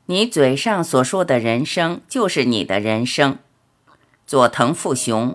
你嘴上所说的人生就是你的人生。佐藤富雄。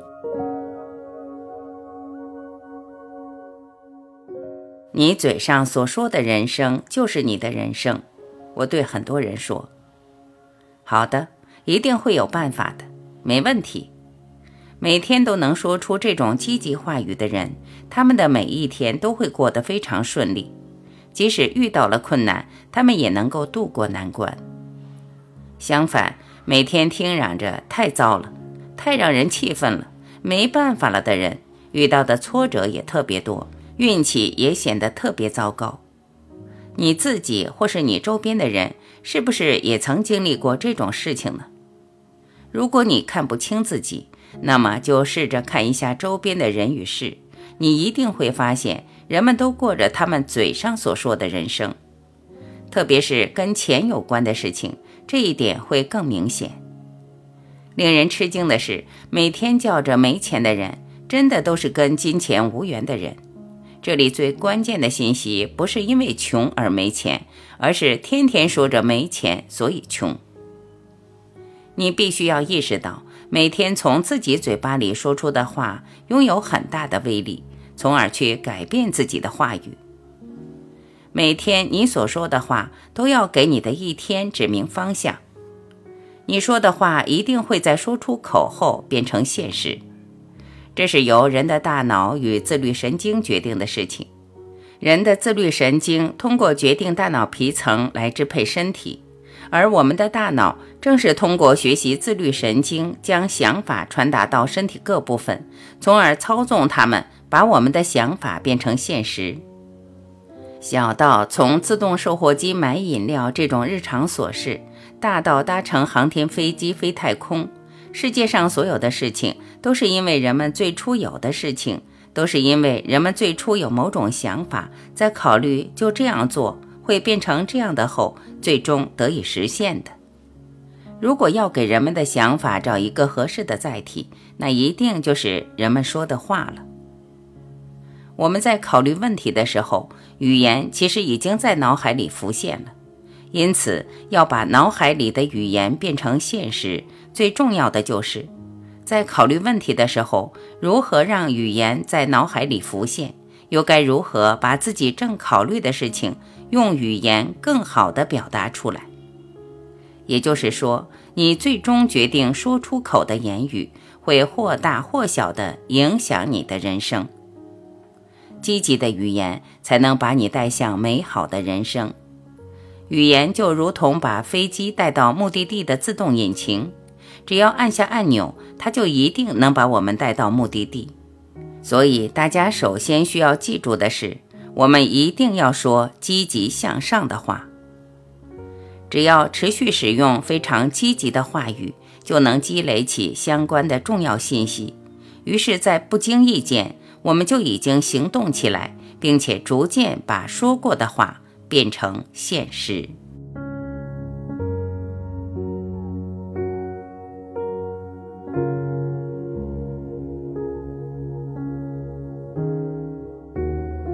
你嘴上所说的人生就是你的人生。我对很多人说，好的，一定会有办法的，没问题。每天都能说出这种积极话语的人，他们的每一天都会过得非常顺利，即使遇到了困难，他们也能够度过难关。相反，每天听嚷着太糟了，太让人气愤了，没办法了的人，遇到的挫折也特别多，运气也显得特别糟糕。你自己或是你周边的人，是不是也曾经历过这种事情呢？如果你看不清自己，那么就试着看一下周边的人与事，你一定会发现，人们都过着他们嘴上所说的人生。特别是跟钱有关的事情，这一点会更明显。令人吃惊的是，每天叫着没钱的人，真的都是跟金钱无缘的人。这里最关键的信息不是因为穷而没钱，而是天天说着没钱，所以穷。你必须要意识到，每天从自己嘴巴里说出的话拥有很大的威力，从而去改变自己的话语。每天你所说的话都要给你的一天指明方向。你说的话一定会在说出口后变成现实。这是由人的大脑与自律神经决定的事情。人的自律神经通过决定大脑皮层来支配身体，而我们的大脑正是通过学习自律神经将想法传达到身体各部分，从而操纵它们，把我们的想法变成现实。小到从自动售货机买饮料这种日常琐事，大到搭乘航天飞机飞太空，世界上所有的事情都是因为人们最初有的事情，都是因为人们最初有某种想法，在考虑就这样做会变成这样的后，最终得以实现的。如果要给人们的想法找一个合适的载体，那一定就是人们说的话了。我们在考虑问题的时候，语言其实已经在脑海里浮现了，因此要把脑海里的语言变成现实，最重要的就是在考虑问题的时候，如何让语言在脑海里浮现，又该如何把自己正考虑的事情用语言更好地表达出来。也就是说，你最终决定说出口的言语会或大或小地影响你的人生。积极的语言才能把你带向美好的人生。语言就如同把飞机带到目的地的自动引擎，只要按下按钮，它就一定能把我们带到目的地。所以大家首先需要记住的是，我们一定要说积极向上的话。只要持续使用非常积极的话语，就能积累起相关的重要信息，于是在不经意间，我们就已经行动起来，并且逐渐把说过的话变成现实。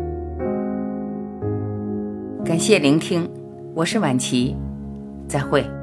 感谢聆听，我是婉琪，再会。